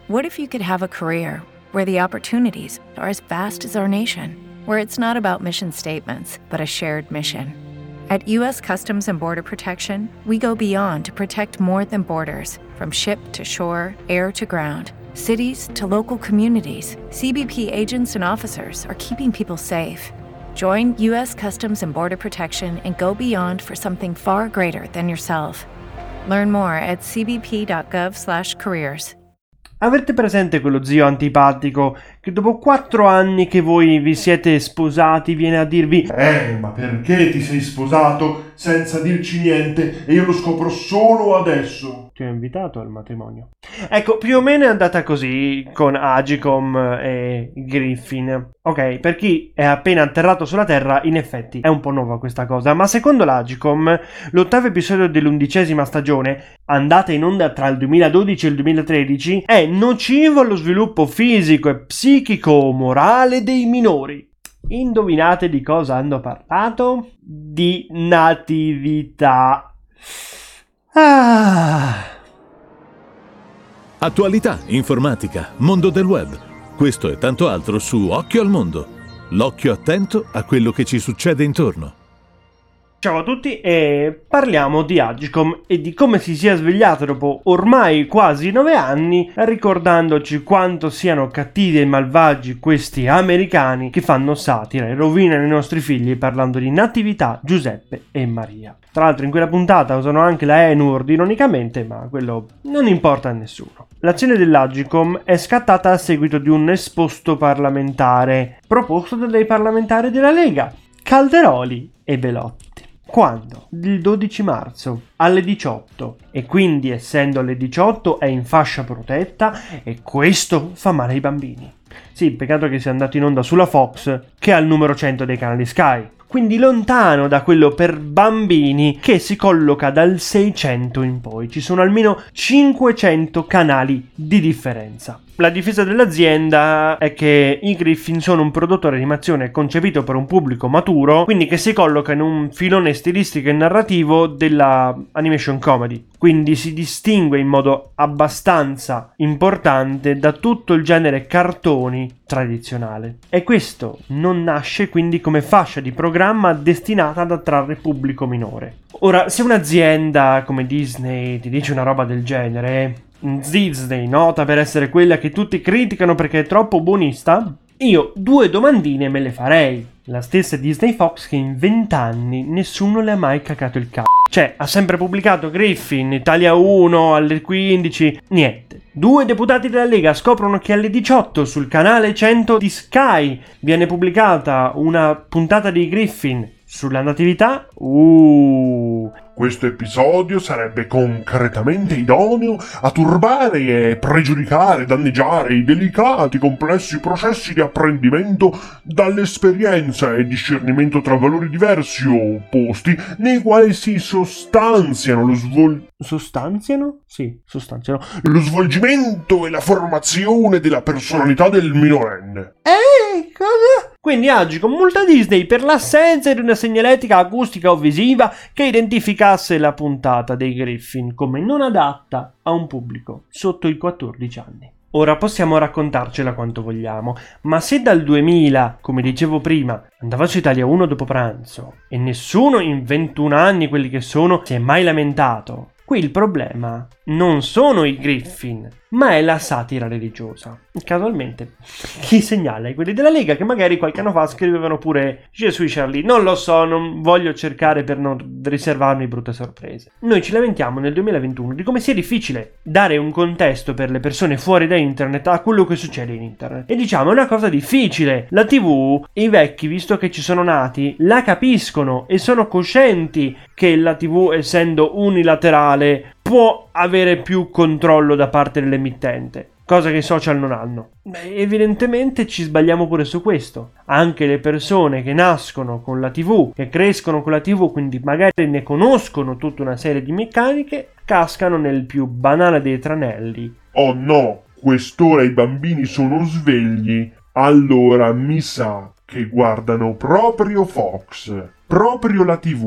What if you could have a career where the opportunities are as vast as our nation, where it's not about mission statements, but a shared mission? At U.S. Customs and Border Protection, we go beyond to protect more than borders. From ship to shore, air to ground, cities to local communities, CBP agents and officers are keeping people safe. Join U.S. Customs and Border Protection and go beyond for something far greater than yourself. Learn more at cbp.gov/careers. Avete presente quello zio antipatico che dopo 4 anni che voi vi siete sposati viene a dirvi ma perché ti sei sposato senza dirci niente e io lo scopro solo adesso? Ti ho invitato al matrimonio. Ecco, più o meno è andata così con Agicom e Griffin. Ok, per chi è appena atterrato sulla Terra, in effetti è un po' nuova questa cosa, ma secondo l'Agicom, l'8º episodio dell'11ª stagione, andata in onda tra il 2012 e il 2013, è nocivo allo sviluppo fisico e psichico morale dei minori. Indovinate di cosa hanno parlato? Di natività. Attualità, informatica, mondo del web. Questo e tanto altro su Occhio al Mondo. L'occhio attento a quello che ci succede intorno. Ciao a tutti e parliamo di Agicom e di come si sia svegliato dopo ormai quasi 9 anni ricordandoci quanto siano cattivi e malvagi questi americani che fanno satira e rovinano i nostri figli parlando di natività, Giuseppe e Maria. Tra l'altro in quella puntata usano anche la N-word ironicamente, ma quello non importa a nessuno. L'azione dell'Agicom è scattata a seguito di un esposto parlamentare proposto dai parlamentari della Lega, Calderoli e Belotti. Quando? Il 12 marzo alle 18 e quindi essendo alle 18 è in fascia protetta e questo fa male ai bambini. Sì, peccato che sia andato in onda sulla Fox che ha il numero 100 dei canali Sky, quindi lontano da quello per bambini che si colloca dal 600 in poi. Ci sono almeno 500 canali di differenza. La difesa dell'azienda è che i Griffin sono un prodotto di animazione concepito per un pubblico maturo, quindi che si colloca in un filone stilistico e narrativo della animation comedy. Quindi si distingue in modo abbastanza importante da tutto il genere cartoni tradizionale. E questo non nasce quindi come fascia di programma destinata ad attrarre pubblico minore. Ora, se un'azienda come Disney ti dice una roba del genere, Disney, nota per essere quella che tutti criticano perché è troppo buonista, io 2 domandine me le farei. La stessa Disney Fox che in 20 anni nessuno le ha mai cacato il c***o. Cioè, ha sempre pubblicato Griffin, Italia 1, alle 15, niente. 2 deputati della Lega scoprono che alle 18 sul canale 100 di Sky viene pubblicata una puntata di Griffin sulla natività. Questo episodio sarebbe concretamente idoneo a turbare e pregiudicare, danneggiare i delicati, complessi processi di apprendimento dall'esperienza e discernimento tra valori diversi o opposti, nei quali si sostanziano lo svolgimento e la formazione della personalità del minorenne. Cosa? Quindi Agicom multa Disney per l'assenza di una segnaletica acustica o visiva che identificasse la puntata dei Griffin come non adatta a un pubblico sotto i 14 anni. Ora possiamo raccontarcela quanto vogliamo, ma se dal 2000, come dicevo prima, andava su Italia 1 dopo pranzo e nessuno in 21 anni, quelli che sono, si è mai lamentato, qui il problema non sono i Griffin, ma è la satira religiosa. Casualmente, chi segnala è quelli della Lega che magari qualche anno fa scrivevano pure Je suis Charlie. Non lo so, non voglio cercare per non riservarmi brutte sorprese. Noi ci lamentiamo nel 2021 di come sia difficile dare un contesto per le persone fuori da internet a quello che succede in internet. E diciamo, è una cosa difficile. La TV, i vecchi, visto che ci sono nati, la capiscono e sono coscienti che la TV, essendo unilaterale, può avere più controllo da parte dell'emittente, cosa che i social non hanno. Evidentemente ci sbagliamo pure su questo. Anche le persone che nascono con la TV, che crescono con la TV, quindi magari ne conoscono tutta una serie di meccaniche, cascano nel più banale dei tranelli. Oh no, quest'ora i bambini sono svegli, allora mi sa che guardano proprio Fox, proprio la TV,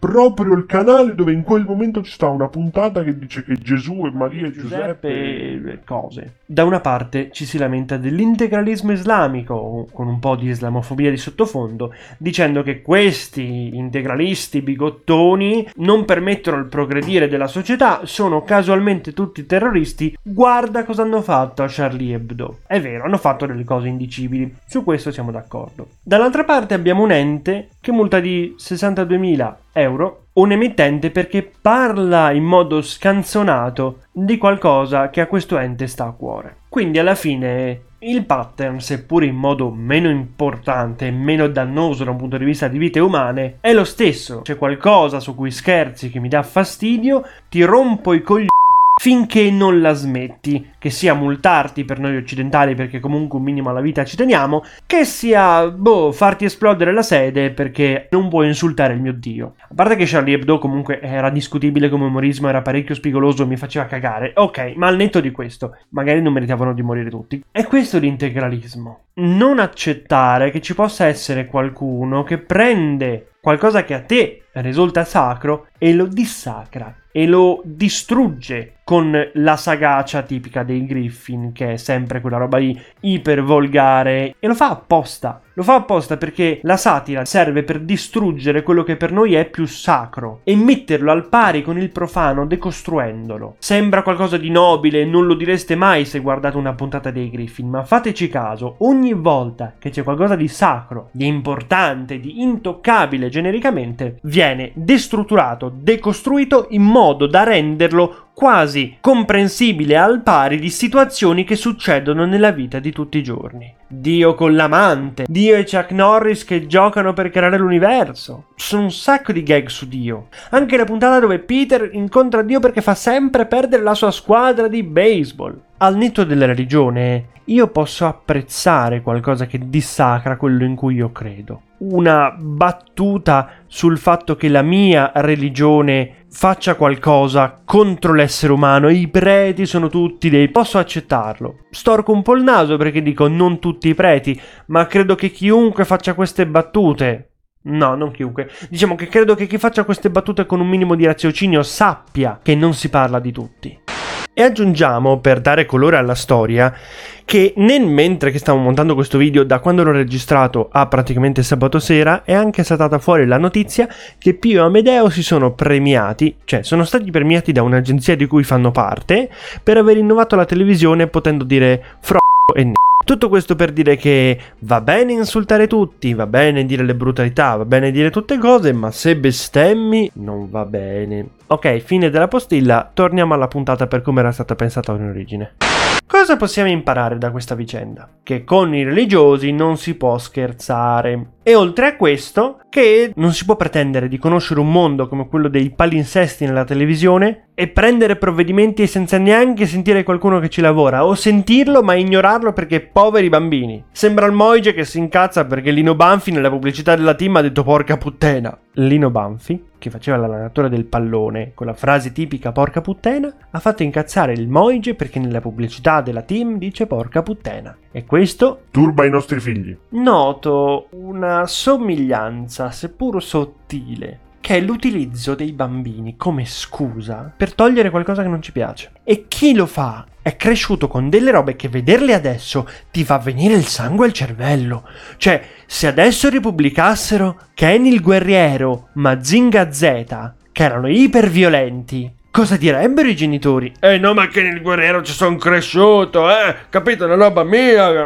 proprio il canale dove in quel momento ci sta una puntata che dice che Gesù e Maria e Giuseppe cose. Da una parte ci si lamenta dell'integralismo islamico, con un po' di islamofobia di sottofondo, dicendo che questi integralisti bigottoni non permettono il progredire della società, sono casualmente tutti terroristi, guarda cosa hanno fatto a Charlie Hebdo. È vero, hanno fatto delle cose indicibili, su questo siamo d'accordo. Dall'altra parte abbiamo un ente che multa di 62.000 euro un emittente perché parla in modo scanzonato di qualcosa che a questo ente sta a cuore. Quindi alla fine il pattern, seppur in modo meno importante e meno dannoso da un punto di vista di vite umane, è lo stesso. C'è qualcosa su cui scherzi che mi dà fastidio, ti rompo i coglioni finché non la smetti, che sia multarti per noi occidentali perché comunque un minimo alla vita ci teniamo, che sia, farti esplodere la sede perché non puoi insultare il mio Dio. A parte che Charlie Hebdo comunque era discutibile come umorismo, era parecchio spigoloso, mi faceva cagare, ok, ma al netto di questo, magari non meritavano di morire tutti. È questo l'integralismo. Non accettare che ci possa essere qualcuno che prende qualcosa che a te risulta sacro e lo dissacra e lo distrugge con la sagacia tipica dei Griffin, che è sempre quella roba lì ipervolgare, e lo fa apposta. Lo fa apposta perché la satira serve per distruggere quello che per noi è più sacro e metterlo al pari con il profano, decostruendolo. Sembra qualcosa di nobile, non lo direste mai se guardate una puntata dei Griffin, ma fateci caso, ogni volta che c'è qualcosa di sacro, di importante, di intoccabile genericamente, viene destrutturato, decostruito in modo da renderlo quasi comprensibile al pari di situazioni che succedono nella vita di tutti i giorni. Dio con l'amante, Dio e Chuck Norris che giocano per creare l'universo. Sono un sacco di gag su Dio. Anche la puntata dove Peter incontra Dio perché fa sempre perdere la sua squadra di baseball. Al netto della religione, io posso apprezzare qualcosa che dissacra quello in cui io credo. Una battuta sul fatto che la mia religione faccia qualcosa contro l'essere umano e i preti sono tutti dei... Posso accettarlo. Storco un po' il naso perché dico non tutti i preti, ma credo che chiunque faccia queste battute... No, non chiunque. Diciamo che credo che chi faccia queste battute con un minimo di raziocinio sappia che non si parla di tutti. E aggiungiamo, per dare colore alla storia, che nel mentre che stavo montando questo video, da quando l'ho registrato a praticamente sabato sera, è anche saltata fuori la notizia che Pio e Amedeo si sono premiati, cioè sono stati premiati da un'agenzia di cui fanno parte, per aver innovato la televisione potendo dire e Tutto questo per dire che va bene insultare tutti, va bene dire le brutalità, va bene dire tutte cose, ma se bestemmi non va bene. Ok, fine della postilla, torniamo alla puntata per come era stata pensata in origine. Cosa possiamo imparare da questa vicenda? Che con i religiosi non si può scherzare. E oltre a questo, che non si può pretendere di conoscere un mondo come quello dei palinsesti nella televisione e prendere provvedimenti senza neanche sentire qualcuno che ci lavora, o sentirlo ma ignorarlo perché poveri bambini. Sembra il Moige che si incazza perché Lino Banfi nella pubblicità della Team ha detto porca puttana. Lino Banfi, che faceva l'allenatore del pallone con la frase tipica porca puttana, ha fatto incazzare il Moige perché nella pubblicità della Team dice porca puttana. E questo turba i nostri figli. Noto una somiglianza, seppur sottile, che è l'utilizzo dei bambini come scusa per togliere qualcosa che non ci piace. E chi lo fa è cresciuto con delle robe che vederle adesso ti fa venire il sangue al cervello. Cioè, se adesso ripubblicassero Kenny il guerriero, Mazinga Z, che erano iperviolenti, cosa direbbero i genitori? No, ma Kenny il guerriero ci sono cresciuto, capito, una roba mia.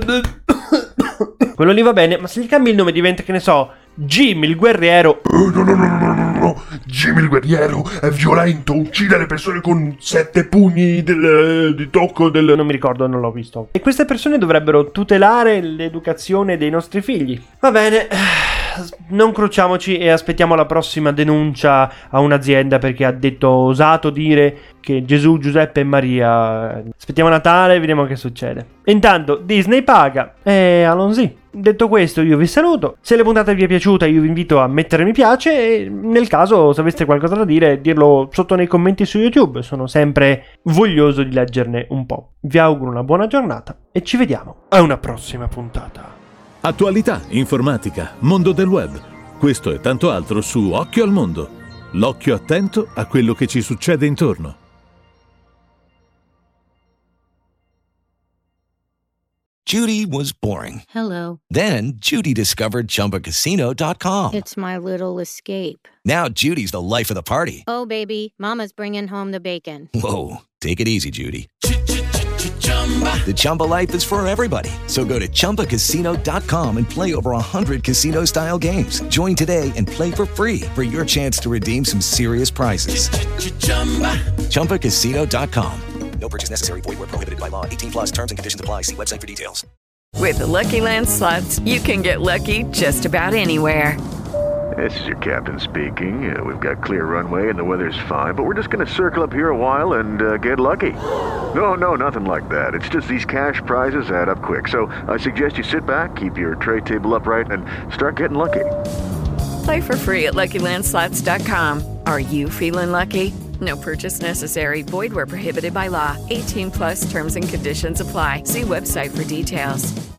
Quello lì va bene, ma se gli cambi il nome diventa, che ne so, Jimmy il guerriero. No, Jimmy il guerriero è violento, uccide le persone con 7 pugni di tocco del... Non mi ricordo, non l'ho visto. E queste persone dovrebbero tutelare l'educazione dei nostri figli. Va bene, non cruciamoci e aspettiamo la prossima denuncia a un'azienda perché ha osato dire che Gesù, Giuseppe e Maria. Aspettiamo Natale e vediamo che succede. Intanto Disney paga e allons-y. Detto questo, io vi saluto. Se la puntata vi è piaciuta, io vi invito a mettere mi piace e nel caso, se aveste qualcosa da dire, dirlo sotto nei commenti su YouTube. Sono sempre voglioso di leggerne un po'. Vi auguro una buona giornata e ci vediamo a una prossima puntata. Attualità, informatica, mondo del web. Questo e tanto altro su Occhio al Mondo. L'occhio attento a quello che ci succede intorno. Judy was boring. Hello. Then Judy discovered ChumbaCasino.com. It's my little escape. Now Judy's the life of the party. Oh, baby, mama's bringing home the bacon. Whoa, take it easy, Judy. The Chumba life is for everybody. So go to ChumbaCasino.com and play over 100 casino-style games. Join today and play for free for your chance to redeem some serious prizes. ChumbaCasino.com. No purchase necessary. Void where prohibited by law. 18 plus terms and conditions apply. See website for details. With the Lucky Land Slots, you can get lucky just about anywhere. This is your captain speaking. We've got clear runway and the weather's fine, but we're just going to circle up here a while and get lucky. No, nothing like that. It's just these cash prizes add up quick. So I suggest you sit back, keep your tray table upright, and start getting lucky. Play for free at LuckyLandSlots.com. Are you feeling lucky? No purchase necessary. Void where prohibited by law. 18 plus terms and conditions apply. See website for details.